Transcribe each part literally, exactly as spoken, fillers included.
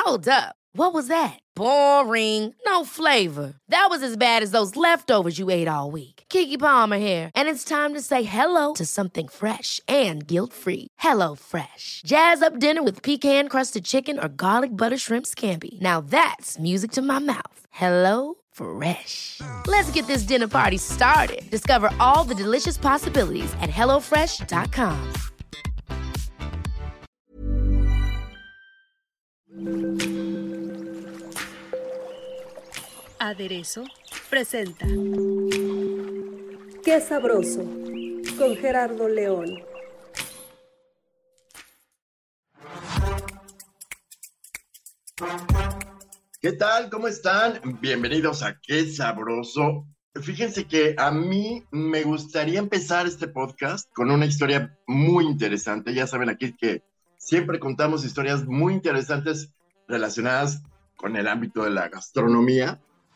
Hold up. What was that? Boring. No flavor. That was as bad as those leftovers you ate all week. Keke Palmer here, and it's time to say hello to something fresh and guilt-free. Hello Fresh. Jazz up dinner with pecan-crusted chicken or garlic butter shrimp scampi. Now that's music to my mouth. Hello Fresh. Let's get this dinner party started. Discover all the delicious possibilities at hello fresh dot com. Aderezo presenta Qué sabroso, con Gerardo León. ¿Qué tal? ¿Cómo están? Bienvenidos a Qué sabroso. Fíjense que a mí me gustaría empezar este podcast con una historia muy interesante. Ya saben aquí que siempre contamos historias muy interesantes relacionadas con el ámbito de la gastronomía.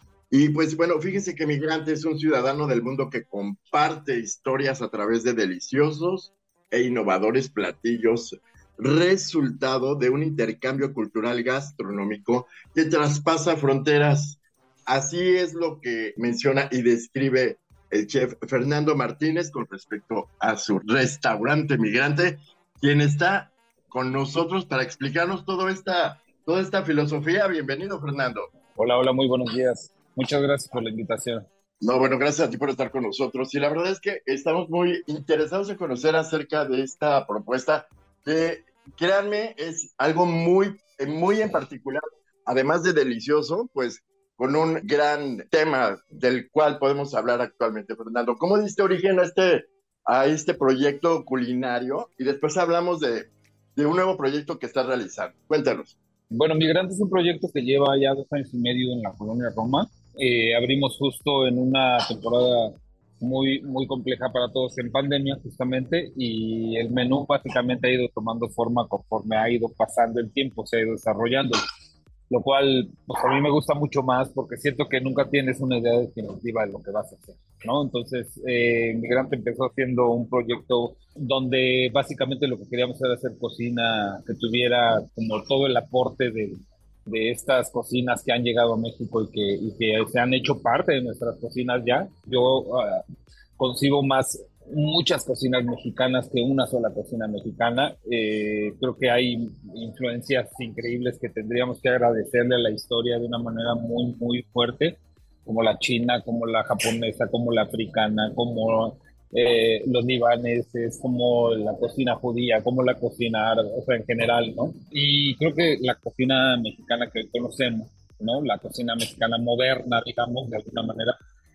Y pues bueno, fíjense que Migrante es un ciudadano del mundo que comparte historias a través de deliciosos e innovadores platillos, resultado de un intercambio cultural gastronómico que traspasa fronteras. Así es lo que menciona y describe el chef Fernando Martínez con respecto a su restaurante Migrante, quien está con nosotros para explicarnos toda esta, toda esta filosofía. Bienvenido, Fernando. Hola, hola, muy buenos días. Muchas gracias por la invitación. No, bueno, gracias a ti por estar con nosotros. Y la verdad es que estamos muy interesados en conocer acerca de esta propuesta, que, créanme, es algo muy, muy en particular, además de delicioso, pues con un gran tema del cual podemos hablar actualmente. Fernando, ¿cómo diste origen a este, a este proyecto culinario? Y después hablamos de, de un nuevo proyecto que estás realizando. Cuéntanos. Bueno, Migrante es un proyecto que lleva ya dos años y medio en la colonia Roma. Eh, abrimos justo en una temporada muy, muy compleja para todos en pandemia, justamente, y el menú básicamente ha ido tomando forma conforme ha ido pasando el tiempo, se ha ido desarrollando, lo cual pues, a mí me gusta mucho más porque siento que nunca tienes una idea definitiva de lo que vas a hacer, ¿no? Entonces, eh, Migrante empezó haciendo un proyecto donde básicamente lo que queríamos era hacer cocina que tuviera como todo el aporte de de estas cocinas que han llegado a México y que, y que se han hecho parte de nuestras cocinas ya. Yo uh, concibo más muchas cocinas mexicanas que una sola cocina mexicana. Eh, creo que hay influencias increíbles que tendríamos que agradecerle a la historia de una manera muy, muy fuerte, como la china, como la japonesa, como la africana, como Eh, los libaneses, como la cocina judía, como la cocina árabe, o sea, en general, ¿no? Y creo que la cocina mexicana que conocemos, ¿no? La cocina mexicana moderna, digamos, de alguna manera,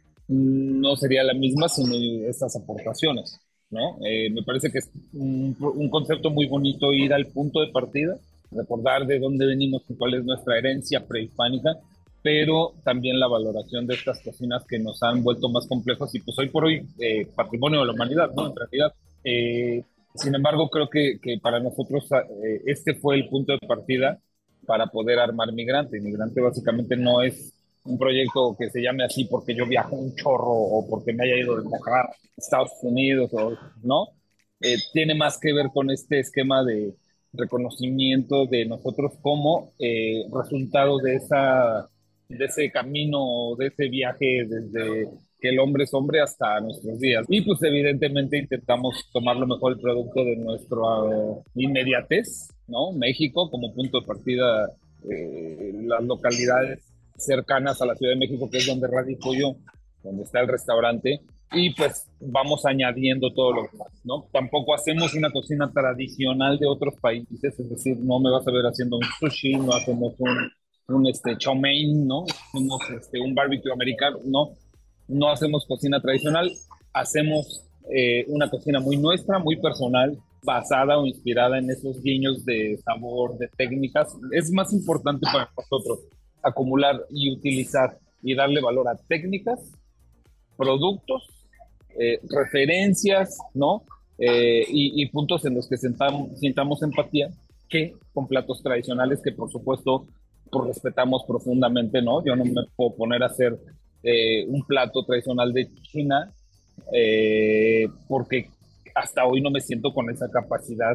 no sería la misma sin estas aportaciones, ¿no? Eh, me parece que es un, un concepto muy bonito ir al punto de partida, recordar de dónde venimos y cuál es nuestra herencia prehispánica, pero también la valoración de estas cocinas que nos han vuelto más complejos y pues hoy por hoy eh, patrimonio de la humanidad, ¿no? En realidad. Eh, sin embargo, creo que, que para nosotros eh, este fue el punto de partida para poder armar Migrante. Migrante básicamente no es un proyecto que se llame así porque yo viajo un chorro o porque me haya ido de viajar a Estados Unidos, o, ¿no? Eh, tiene más que ver con este esquema de reconocimiento de nosotros como eh, resultado de esa de ese camino, de ese viaje desde que el hombre es hombre hasta nuestros días. Y pues evidentemente intentamos tomar lo mejor el producto de nuestra uh, inmediatez, ¿no? México como punto de partida, eh, las localidades cercanas a la Ciudad de México, que es donde radico yo, donde está el restaurante, y pues vamos añadiendo todo lo demás, ¿no? Tampoco hacemos una cocina tradicional de otros países, es decir, no me vas a ver haciendo un sushi, no hacemos un un este, chow mein, ¿no? Hacemos este, un barbecue americano, no, no hacemos cocina tradicional, hacemos eh, una cocina muy nuestra, muy personal, basada o inspirada en esos guiños de sabor, de técnicas. Es más importante para nosotros acumular y utilizar y darle valor a técnicas, productos, eh, referencias, ¿no? Eh, y, y puntos en los que sentamos, sintamos empatía, que con platos tradicionales que por supuesto pues respetamos profundamente, ¿no? Yo no me puedo poner a hacer eh, un plato tradicional de China eh, porque hasta hoy no me siento con esa capacidad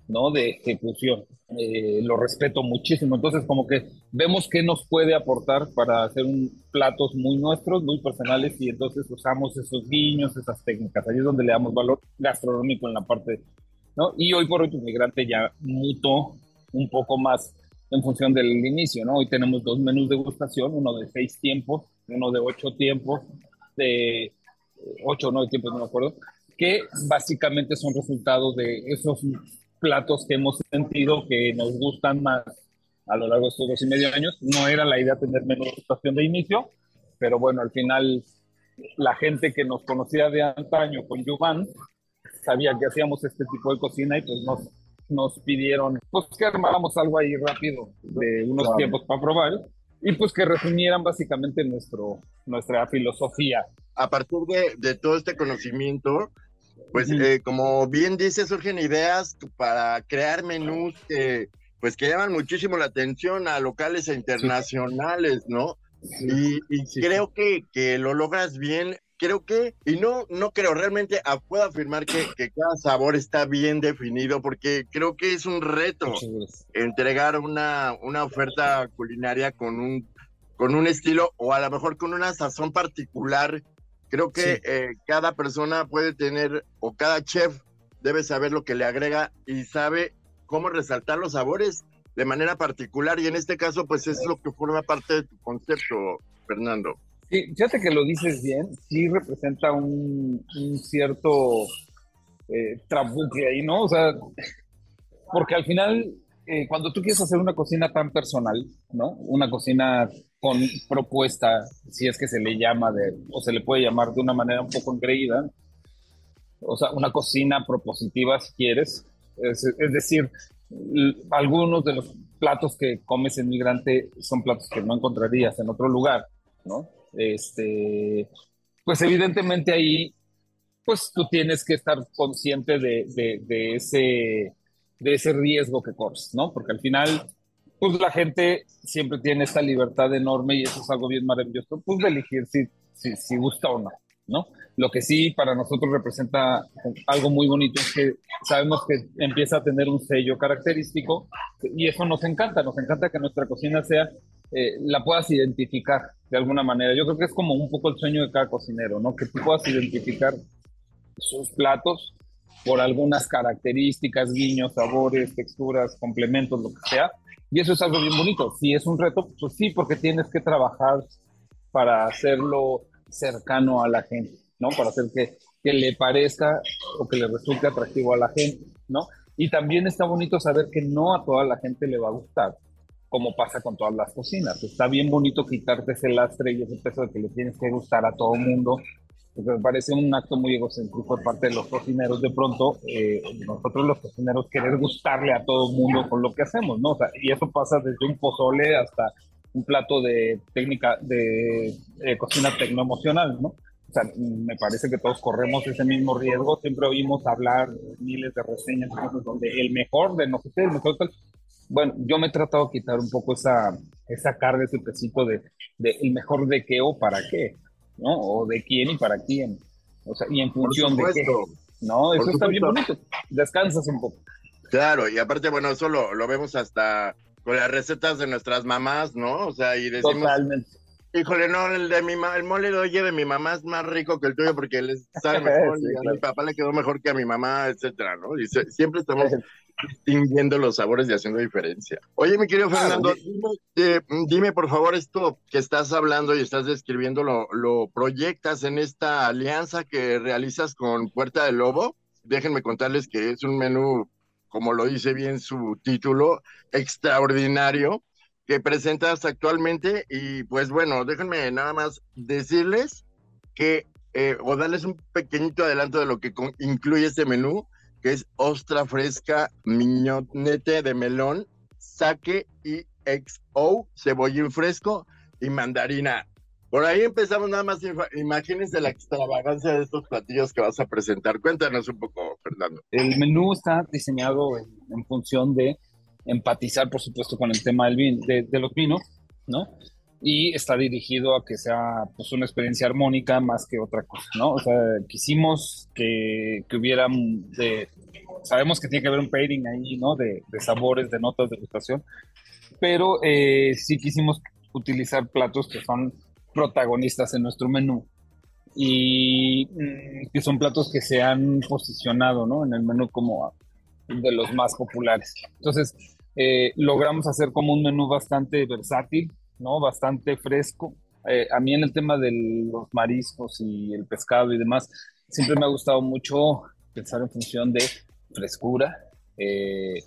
¿no? De ejecución. Eh, lo respeto muchísimo. Entonces, como que vemos qué nos puede aportar para hacer un, platos muy nuestros, muy personales, y entonces usamos esos guiños, esas técnicas. Ahí es donde le damos valor gastronómico en la parte, ¿no? Y hoy por hoy, tu migrante ya mutó un poco más en función del inicio, ¿no? Hoy tenemos dos menús de degustación, uno de seis tiempos, uno de ocho tiempos, de ocho o nueve tiempos, no me acuerdo, que básicamente son resultados de esos platos que hemos sentido que nos gustan más a lo largo de estos dos y medio años. No era la idea tener menú de degustación de inicio, pero bueno, al final la gente que nos conocía de antaño con Yuvan sabía que hacíamos este tipo de cocina y pues nos, nos pidieron pues que armáramos algo ahí rápido de unos claro. tiempos para probar y pues que resumieran básicamente nuestro, nuestra filosofía. A partir de, de todo este conocimiento, pues uh-huh. eh, como bien dice, surgen ideas para crear menús que pues que llaman muchísimo la atención a locales e internacionales, ¿no? Sí. Y, y sí, creo sí. Que, que lo logras bien. Creo que, y no, no creo, realmente puedo afirmar que, que cada sabor está bien definido, porque creo que es un reto entregar una, una oferta culinaria con un, con un estilo o a lo mejor con una sazón particular. Creo que sí. eh, cada persona puede tener, o cada chef debe saber lo que le agrega y sabe cómo resaltar los sabores de manera particular, y en este caso pues es lo que forma parte de tu concepto, Fernando. Sí, fíjate que lo dices bien, sí representa un, un cierto eh, trabuque ahí, ¿no? O sea, porque al final, eh, cuando tú quieres hacer una cocina tan personal, ¿no? Una cocina con propuesta, si es que se le llama, de, o se le puede llamar de una manera un poco engreída, o sea, una cocina propositiva si quieres, es, es decir, l- algunos de los platos que comes en Migrante son platos que no encontrarías en otro lugar, ¿no? Este, pues evidentemente ahí, pues tú tienes que estar consciente de, de, de, ese, de ese riesgo que corres, ¿no? Porque al final, pues la gente siempre tiene esta libertad enorme y eso es algo bien maravilloso, pues de elegir si, si, si gusta o no, ¿no? Lo que sí para nosotros representa algo muy bonito es que sabemos que empieza a tener un sello característico y eso nos encanta, nos encanta que nuestra cocina sea, eh, la puedas identificar de alguna manera. Yo creo que es como un poco el sueño de cada cocinero, ¿no? Que tú puedas identificar sus platos por algunas características, guiños, sabores, texturas, complementos, lo que sea. Y eso es algo bien bonito. Si es un reto, pues sí, porque tienes que trabajar para hacerlo cercano a la gente, ¿no? Para hacer que, que le parezca o que le resulte atractivo a la gente, ¿no? Y también está bonito saber que no a toda la gente le va a gustar, como pasa con todas las cocinas. Está bien bonito quitarte ese lastre y ese peso de que le tienes que gustar a todo mundo, porque me parece un acto muy egocéntrico por parte de los cocineros. De pronto, eh, nosotros los cocineros querer gustarle a todo mundo con lo que hacemos, ¿no? O sea, y eso pasa desde un pozole hasta un plato de técnica de eh, cocina tecnoemocional, ¿no? O sea, me parece que todos corremos ese mismo riesgo. Siempre oímos hablar miles de reseñas donde el mejor de no sé qué, el mejor tal. Bueno, yo me he tratado de quitar un poco esa, esa carga, ese pesito de, de el mejor de qué o para qué, ¿no? O de quién y para quién. O sea, y en función de qué. No, eso está bien bonito. Descansas un poco. Claro, y aparte, bueno, eso lo, lo vemos hasta con las recetas de nuestras mamás, ¿no? O sea, y decimos... Totalmente. Híjole, no, el de mi ma- el mole de oye de mi mamá es más rico que el tuyo porque él sabe mejor, Sí, y a claro. mi papá le quedó mejor que a mi mamá, etcétera, ¿no? Y se- siempre estamos distinguiendo los sabores y haciendo diferencia. Oye, mi querido Claro, Fernando, sí. dime, eh, dime por favor esto que estás hablando y estás describiendo, ¿lo, lo proyectas en esta alianza que realizas con Puerta del Lobo? Déjenme contarles que es un menú, como lo dice bien su título, extraordinario, que presentas actualmente. Y pues bueno, déjenme nada más decirles que, eh, o darles un pequeñito adelanto de lo que con- incluye este menú, que es ostra fresca, miñonete de melón, sake y X O, cebollín fresco y mandarina. Por ahí empezamos nada más, infa- imagínense la extravagancia de estos platillos que vas a presentar. Cuéntanos un poco, Fernando. El menú está diseñado en, en función de empatizar, por supuesto, con el tema del vin, de, de los vinos, ¿no? y está dirigido a que sea pues una experiencia armónica más que otra cosa, ¿no? O sea, quisimos que, que hubiera, mm, de, sabemos que tiene que haber un pairing ahí, ¿no? De, de sabores, de notas, de gustación, pero eh, sí quisimos utilizar platos que son protagonistas en nuestro menú y mm, que son platos que se han posicionado, ¿no? En el menú como de los más populares. Entonces, eh, logramos hacer como un menú bastante versátil, ¿no? Bastante fresco. Eh, a mí en el tema de los mariscos y el pescado y demás, siempre me ha gustado mucho pensar en función de frescura, eh,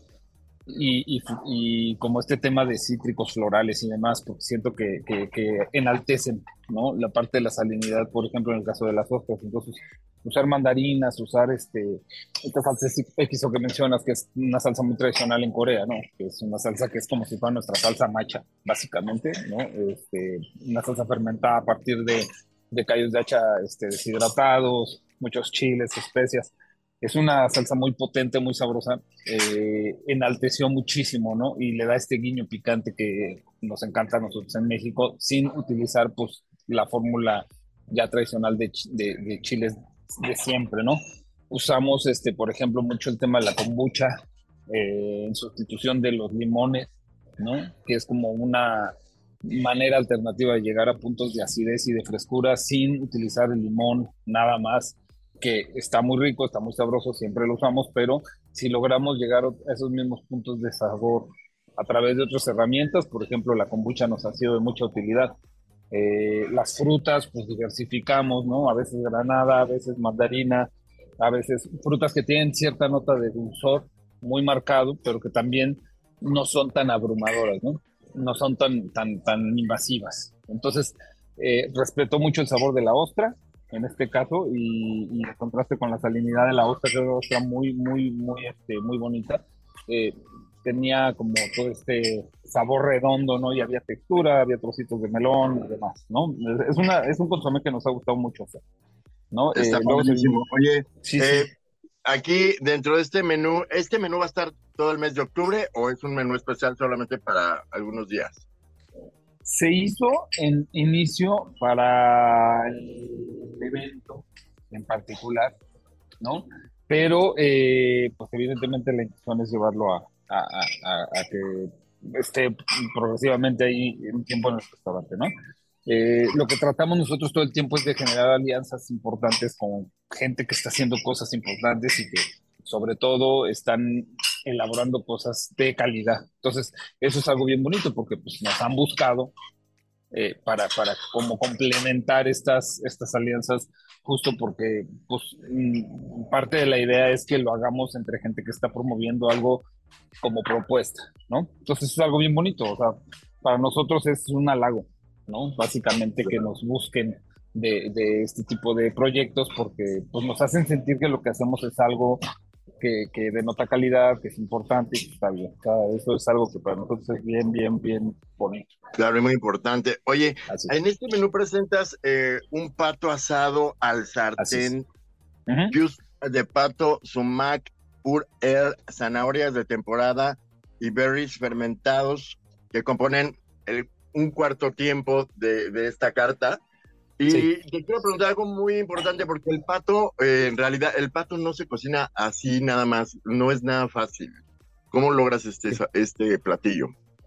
y, y, y como este tema de cítricos florales y demás, porque siento que, que, que enaltecen, ¿no? La parte de la salinidad, por ejemplo, en el caso de las ostras. Entonces, usar mandarinas, usar este, esta salsa X O que mencionas, que es una salsa muy tradicional en Corea, ¿no? Que es una salsa que es como si fuera nuestra salsa macha, básicamente, ¿no? Este, una salsa fermentada a partir de, de callos de hacha este, deshidratados, muchos chiles, especias. Es una salsa muy potente, muy sabrosa, eh, enalteció muchísimo, ¿no? Y le da este guiño picante que nos encanta a nosotros en México, sin utilizar, pues, la fórmula ya tradicional de, chi- de, de chiles de siempre, ¿no? Usamos, este, por ejemplo, mucho el tema de la kombucha, eh, en sustitución de los limones, ¿no? Que es como una manera alternativa de llegar a puntos de acidez y de frescura sin utilizar el limón, nada más, que está muy rico, está muy sabroso, siempre lo usamos, pero si logramos llegar a esos mismos puntos de sabor a través de otras herramientas, por ejemplo, la kombucha nos ha sido de mucha utilidad. Eh, las frutas, pues diversificamos, ¿no? A veces granada, a veces mandarina, a veces frutas que tienen cierta nota de dulzor muy marcado, pero que también no son tan abrumadoras, ¿no? No son tan, tan, tan invasivas. Entonces, eh, respeto mucho el sabor de la ostra, en este caso, y, y el contraste con la salinidad de la ostra, que es una ostra muy, muy, muy, este, muy bonita. Eh, Tenía como todo este sabor redondo, ¿no? Y había textura, había trocitos de melón y demás, ¿no? Es, es una, es un consomé que nos ha gustado mucho hacer, ¿no? Está Eh, luego padrísimo. seguimos. Oye, Sí, sí. eh, aquí dentro de este menú, ¿este menú va a estar todo el mes de octubre o es un menú especial solamente para algunos días? Se hizo en inicio para el evento en particular, ¿no? Pero, eh, pues evidentemente la intención es llevarlo a, a, a, a- a que esté progresivamente ahí un tiempo en el restaurante, ¿no? Eh, lo que tratamos nosotros todo el tiempo es de generar alianzas importantes con gente que está haciendo cosas importantes y que sobre todo están elaborando cosas de calidad. Entonces, eso es algo bien bonito porque pues, nos han buscado, eh, para, para como complementar estas, estas alianzas, justo porque pues, mm, parte de la idea es que lo hagamos entre gente que está promoviendo algo como propuesta, ¿no? Entonces es algo bien bonito, o sea, para nosotros es un halago, ¿no? Básicamente que nos busquen de, de este tipo de proyectos porque pues, nos hacen sentir que lo que hacemos es algo que, que denota calidad, que es importante y que está bien. O sea, eso es algo que para nosotros es bien, bien, bien bonito. Claro, es muy importante. Oye, Así, en este menú presentas eh, un pato asado al así es. sartén, Ujú. fius de pato, sumac, pur el, zanahorias de temporada y berries fermentados que componen el- un cuarto tiempo de, de esta carta. Sí. Y te quiero preguntar algo muy importante porque el pato, eh, en realidad, el pato no se cocina así nada más, no es nada fácil. ¿Cómo logras este, sa- este platillo?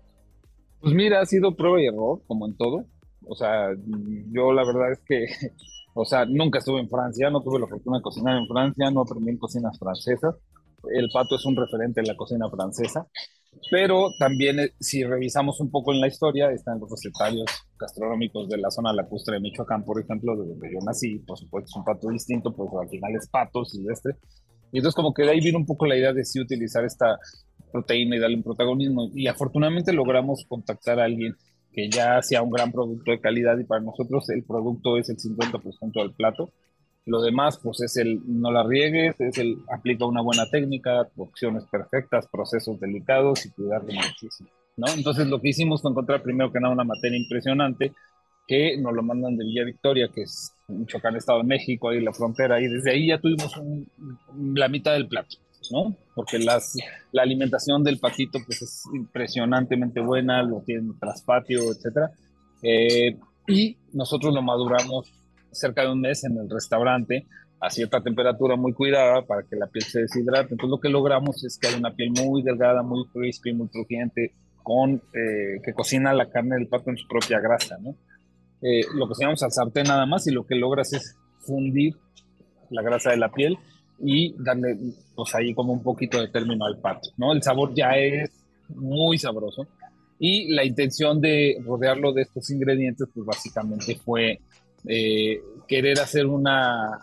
Pues mira, ha sido prueba y error, como en todo. O sea, yo la verdad es que, o sea, nunca estuve en Francia, no tuve la fortuna de cocinar en Francia, no aprendí en cocinas francesas. El pato es un referente en la cocina francesa, pero también, eh, si revisamos un poco en la historia, están los recetarios gastronómicos de la zona lacustre de Michoacán, por ejemplo, de donde yo nací. Por supuesto, es un pato distinto, pues al final es pato silvestre. Y entonces como que de ahí vino un poco la idea de sí utilizar esta proteína y darle un protagonismo. Y afortunadamente logramos contactar a alguien que ya hacía un gran producto de calidad y para nosotros el producto es el cincuenta por ciento del plato. Lo demás, pues es el no la riegues, es el aplica una buena técnica, opciones perfectas, procesos delicados y cuidarlo muchísimo, ¿no? Entonces lo que hicimos fue encontrar primero que nada una materia impresionante que nos lo mandan de Villa Victoria, que es Michoacán, Estado de México, ahí en la frontera, y desde ahí ya tuvimos un- la mitad del plato, ¿no? Porque las, la alimentación del patito pues es impresionantemente buena, lo tiene tras patio, etcétera. Eh, y nosotros lo maduramos cerca de un mes en el restaurante a cierta temperatura muy cuidada para que la piel se deshidrate. Entonces lo que logramos es que hay una piel muy delgada, muy crispy, muy crujiente, con, eh, que cocina la carne del pato en su propia grasa, ¿no? Eh, lo cocinamos al sartén nada más y lo que logras es fundir la grasa de la piel y darle, pues ahí como un poquito de término al pato, ¿no? El sabor ya es muy sabroso y la intención de rodearlo de estos ingredientes, pues básicamente fue eh, querer hacer una,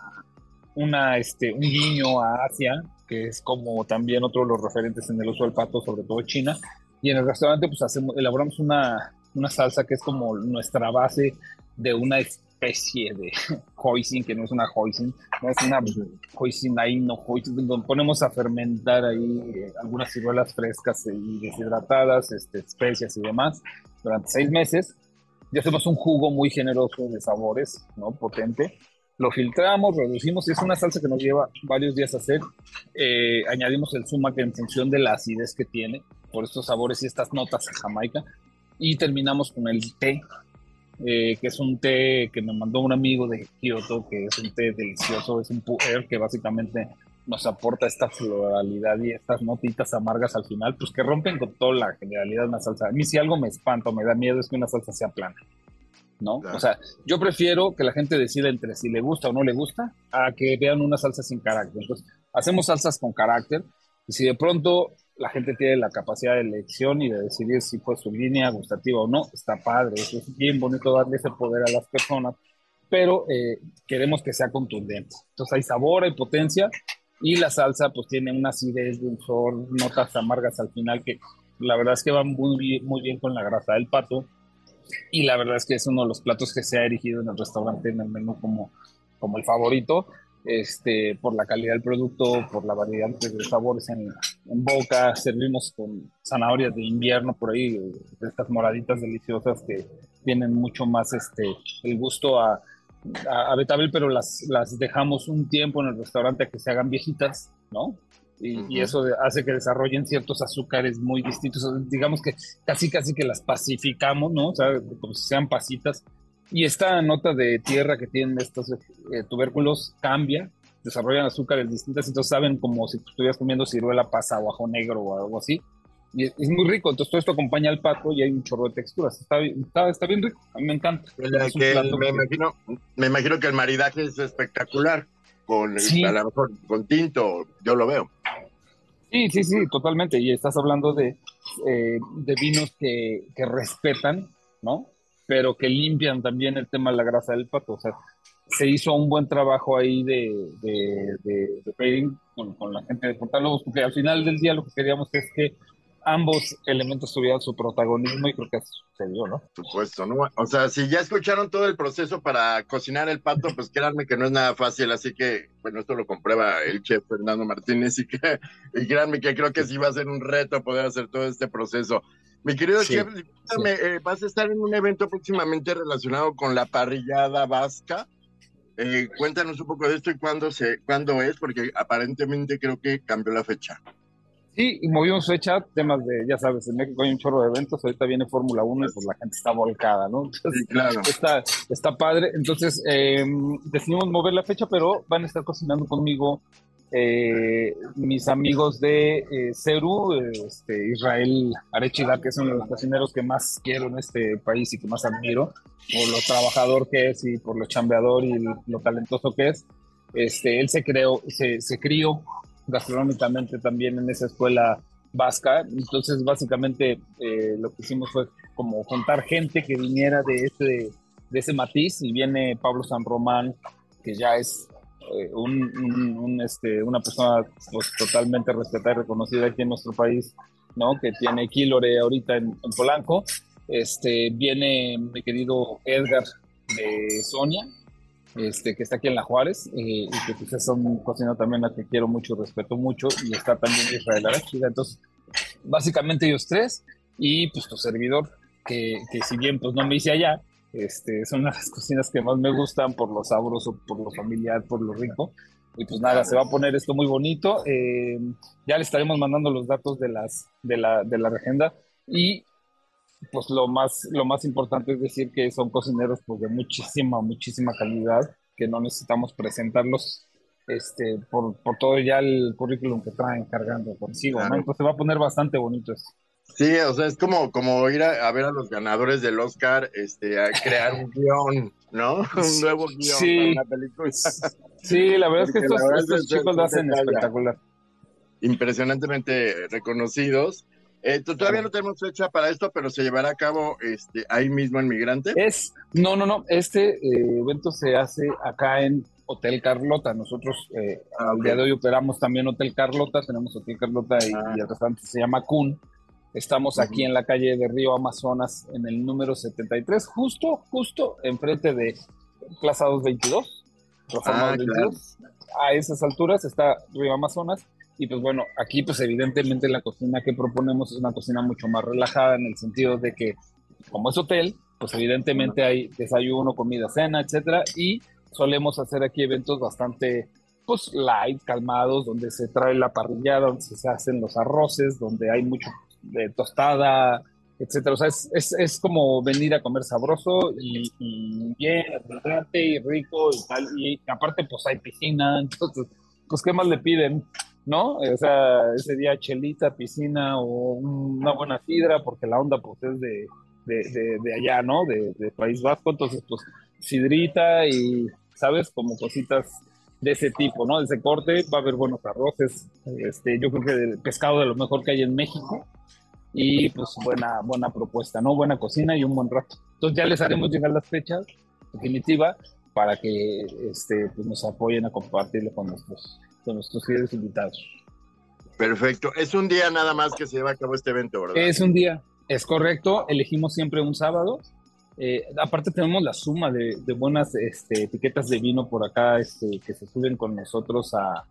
una, este, un guiño a Asia, que es como también otro de los referentes en el uso del pato, sobre todo China, y en el restaurante pues hacemos, elaboramos una, una salsa que es como nuestra base de una especie de hoisin, que no es una hoisin, no es una hoisin ahí, no hoisin, donde ponemos a fermentar ahí eh, algunas ciruelas frescas y deshidratadas, este, especias y demás, durante seis meses, y hacemos un jugo muy generoso de sabores, ¿no? Potente. Lo filtramos, reducimos, y es una salsa que nos lleva varios días a hacer. Eh, añadimos el sumac en función de la acidez que tiene, por estos sabores y estas notas a Jamaica, y terminamos con el té, eh, que es un té que me mandó un amigo de Kioto, que es un té delicioso, es un pu'er que básicamente nos aporta esta floralidad y estas notitas amargas al final, pues que rompen con toda la generalidad de una salsa. A mí si algo me espanta o me da miedo es que una salsa sea plana, ¿no? Claro. O sea, yo prefiero que la gente decida entre si le gusta o no le gusta a que vean una salsa sin carácter. Entonces, hacemos salsas con carácter y si de pronto la gente tiene la capacidad de elección y de decidir si fue su línea gustativa o no, está padre. Eso es bien bonito darle ese poder a las personas, pero eh, queremos que sea contundente. Entonces hay sabor, hay potencia y la salsa pues tiene una acidez, dulzor, notas amargas al final que la verdad es que van muy bien, muy bien con la grasa del pato. Y la verdad es que es uno de los platos que se ha erigido en el restaurante, en el menú, como, como el favorito, este, por la calidad del producto, por la variedad de sabores en, en boca. Servimos con zanahorias de invierno por ahí, de estas moraditas deliciosas que tienen mucho más este, el gusto a, a, a betabel, pero las, las dejamos un tiempo en el restaurante a que se hagan viejitas, ¿no? Y, uh-huh. y eso hace que desarrollen ciertos azúcares muy distintos, digamos que casi casi que las pacificamos, ¿no? O sea, como si sean pasitas. Y esta nota de tierra que tienen estos eh, tubérculos cambia, desarrollan azúcares distintas, entonces saben como si estuvieras comiendo ciruela pasa o ajo negro o algo así. Y es, es muy rico, entonces todo esto acompaña al pato y hay un chorro de texturas. Está, está, está bien rico, a mí me encanta. Es que el, me, que... Imagino, me imagino que el maridaje es espectacular. Con, sí. A lo mejor con tinto, yo lo veo. Sí, sí, sí, totalmente. Y estás hablando de, eh, de vinos que, que respetan, ¿no? Pero que limpian también el tema de la grasa del pato. O sea, se hizo un buen trabajo ahí de, de, de, de pairing con, con la gente de Portálogos, porque al final del día lo que queríamos es que ambos elementos tuvieran su protagonismo y creo que eso sucedió, ¿no? Por supuesto, ¿no? O sea, si ya escucharon todo el proceso para cocinar el pato, pues créanme que no es nada fácil, así que, bueno, esto lo comprueba el chef Fernando Martínez y, que, y créanme que creo que sí va a ser un reto poder hacer todo este proceso. Mi querido sí, chef, sí. Eh, vas a estar en un evento próximamente relacionado con la parrillada vasca. Eh, cuéntanos un poco de esto y cuándo, se, cuándo es, porque aparentemente creo que cambió la fecha. Sí, y movimos fecha, temas de, ya sabes, en México hay un chorro de eventos, ahorita viene Fórmula uno y pues la gente está volcada, ¿no? Entonces, sí, claro. Está, está padre, entonces eh, decidimos mover la fecha, pero van a estar cocinando conmigo eh, mis amigos de eh, Ceru, este, Israel Arechiga, que es uno de los cocineros que más quiero en este país y que más admiro, por lo trabajador que es y por lo chambeador y lo talentoso que es. Este, él se creó, se, se crió gastronómicamente también en esa escuela vasca, entonces básicamente eh, lo que hicimos fue como juntar gente que viniera de ese, de ese matiz, y viene Pablo San Román, que ya es eh, un, un, un, este, una persona pues, totalmente respetada y reconocida aquí en nuestro país, ¿no? Que tiene Quilore ahorita en, en Polanco. Este, viene mi querido Edgar de Sonia, Este, que está aquí en La Juárez, eh, y que pues, es un cocinero también a que quiero mucho, respeto mucho, y está también Israel Arechiga. Entonces, básicamente ellos tres, y pues tu servidor, que, que si bien pues no me hice allá, este, son las cocinas que más me gustan por lo sabroso, por lo familiar, por lo rico, y pues nada, se va a poner esto muy bonito. Eh, ya le estaremos mandando los datos de, las, de, la, de la agenda, y pues lo más, lo más importante es decir que son cocineros pues de muchísima, muchísima calidad, que no necesitamos presentarlos este, por, por todo ya el currículum que traen cargando consigo, ¿no? Claro. Entonces va a poner bastante bonito esto. Sí, o sea, es como, como ir a, a ver a los ganadores del Oscar, este, a crear un guión, ¿no? Un nuevo guión para una Sí, película. sí, la verdad es que Porque la estos, verdad estos es que chicos lo son hacen detalles espectacular. impresionantemente reconocidos. Eh, to- todavía Claro. no tenemos fecha para esto, pero se llevará a cabo este, ahí mismo en Migrante. Es, no, no, no, este eh, evento se hace acá en Hotel Carlota. Nosotros eh, Ah, al ok. día de hoy operamos también Hotel Carlota, tenemos Hotel Carlota y, Ah, y el restaurante se llama Kun. Estamos aquí ujú. en la calle de Río Amazonas, en el número setenta y tres, justo, justo enfrente de Plaza doscientos veintidós, Reforma Ah, claro. doscientos veintidós. A esas alturas está Río Amazonas. Y pues bueno, aquí pues evidentemente la cocina que proponemos es una cocina mucho más relajada en el sentido de que como es hotel, pues evidentemente hay desayuno, comida, cena, etcétera, y solemos hacer aquí eventos bastante pues light, calmados, donde se trae la parrillada, donde se hacen los arroces, donde hay mucho de tostada, etcétera. O sea, es, es, es como venir a comer sabroso y, y bien, abundante y rico y tal. Y aparte, pues hay piscina, entonces, pues, ¿qué más le piden? ¿No? O sea, ese día chelita, piscina o una buena sidra, porque la onda, pues, es de, de, de, de allá, ¿no? De, de País Vasco, entonces, pues, sidrita y, ¿sabes? Como cositas de ese tipo, ¿no? De ese corte, va a haber buenos arroces, este, yo creo que el pescado de lo mejor que hay en México, y pues buena, buena propuesta, ¿no? Buena cocina y un buen rato. Entonces ya les haremos llegar las fechas definitivas para que este, pues, nos apoyen a compartirlo con nuestros, con nuestros queridos invitados. Perfecto. Es un día nada más que se lleva a cabo este evento, ¿verdad? Es un día, es correcto, elegimos siempre un sábado. Eh, aparte tenemos la suma de, de buenas este, etiquetas de vino por acá este, que se suben con nosotros a,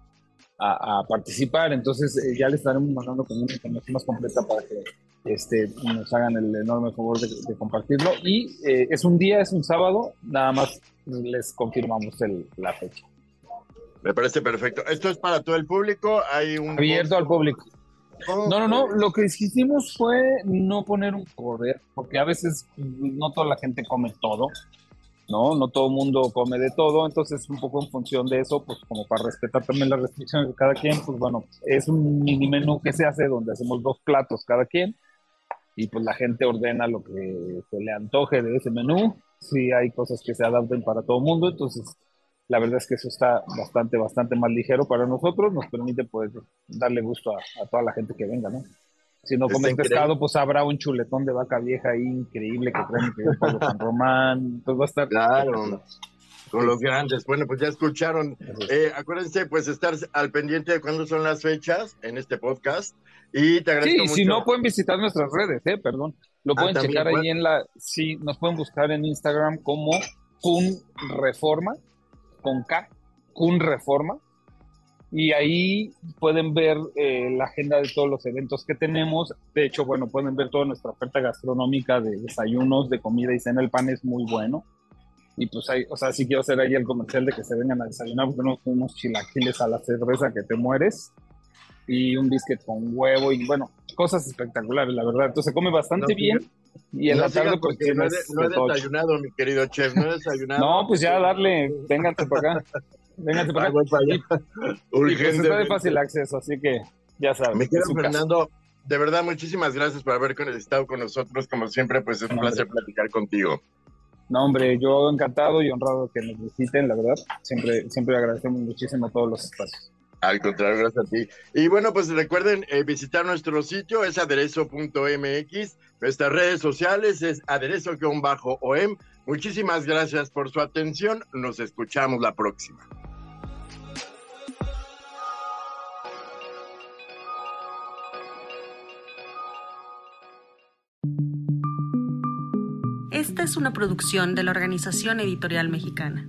a, a participar, entonces eh, ya les estaremos mandando con una información más completa para que este, nos hagan el enorme favor de, de compartirlo. Y eh, es un día, es un sábado, nada más les confirmamos el, la fecha. Me parece perfecto. ¿Esto es para todo el público? ¿Hay un Abierto al público. Oh, No, no, no, lo que hicimos fue no poner un poder, porque a veces no toda la gente come todo, ¿no? No todo el mundo come de todo, entonces un poco en función de eso, pues como para respetar también las restricciones de cada quien, pues bueno, es un mini menú que se hace donde hacemos dos platos cada quien y pues la gente ordena lo que se le antoje de ese menú. Sí hay cosas que se adapten para todo el mundo, entonces la verdad es que eso está bastante, bastante más ligero para nosotros, nos permite pues darle gusto a, a toda la gente que venga, ¿no? Si no está comes increíble. pescado, pues habrá un chuletón de vaca vieja ahí increíble que trae mi querido Pablo San Román, entonces va a estar Claro, espectacular. con los grandes. Bueno, pues ya escucharon. Así es. Eh, acuérdense, pues, estar al pendiente de cuándo son las fechas en este podcast. Y te agradezco Sí, mucho. si no pueden visitar nuestras redes, eh, perdón. Lo Ah, pueden también, checar ¿cuál? ahí en la, sí, nos pueden buscar en Instagram como Kun Reforma, con K, Kun Reforma. Y ahí pueden ver eh, la agenda de todos los eventos que tenemos. De hecho, bueno, pueden ver toda nuestra oferta gastronómica de desayunos, de comida y cena. El pan es muy bueno. Y pues ahí, o sea, sí quiero hacer ahí el comercial de que se vengan a desayunar, porque tenemos unos chilaquiles a la cerveza que te mueres y un biscuit con huevo y bueno, cosas espectaculares, la verdad. Entonces se come bastante No, bien y en no la tarde sigas pues porque no he, de- tienes no he de todo. desayunado, mi querido chef. No he desayunado. No, pues ya darle, vénganse para acá, vénganse para Ah, acá. voy para Y, allá. y pues está de Urgentemente. fácil acceso, así que ya saben, Me es quedo, su casa. Fernando. De verdad, muchísimas gracias por haber con- estado con nosotros. Como siempre, pues es un No, placer hombre. platicar contigo. No, hombre, yo encantado y honrado que nos visiten, la verdad. Siempre, siempre agradecemos muchísimo todos los espacios. Al contrario, gracias a ti. Y bueno, pues recuerden eh, visitar nuestro sitio, es aderezo punto m x. Nuestras redes sociales es aderezo-o m. Muchísimas gracias por su atención. Nos escuchamos la próxima. Esta es una producción de la Organización Editorial Mexicana.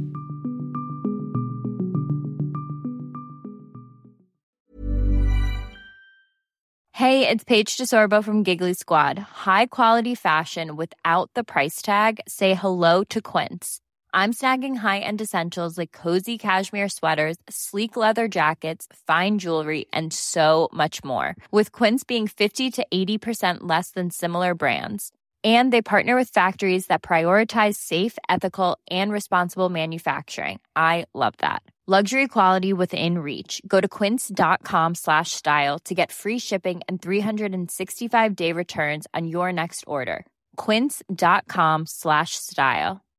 Hey, it's Paige DeSorbo from Giggly Squad. High quality fashion without the price tag. Say hello to Quince. I'm snagging high-end essentials like cozy cashmere sweaters, sleek leather jackets, fine jewelry, and so much more. With Quince being fifty to eighty percent less than similar brands. And they partner with factories that prioritize safe, ethical, and responsible manufacturing. I love that. Luxury quality within reach. Go to quince.com slash style to get free shipping and three sixty-five day returns on your next order. Quince.com slash style.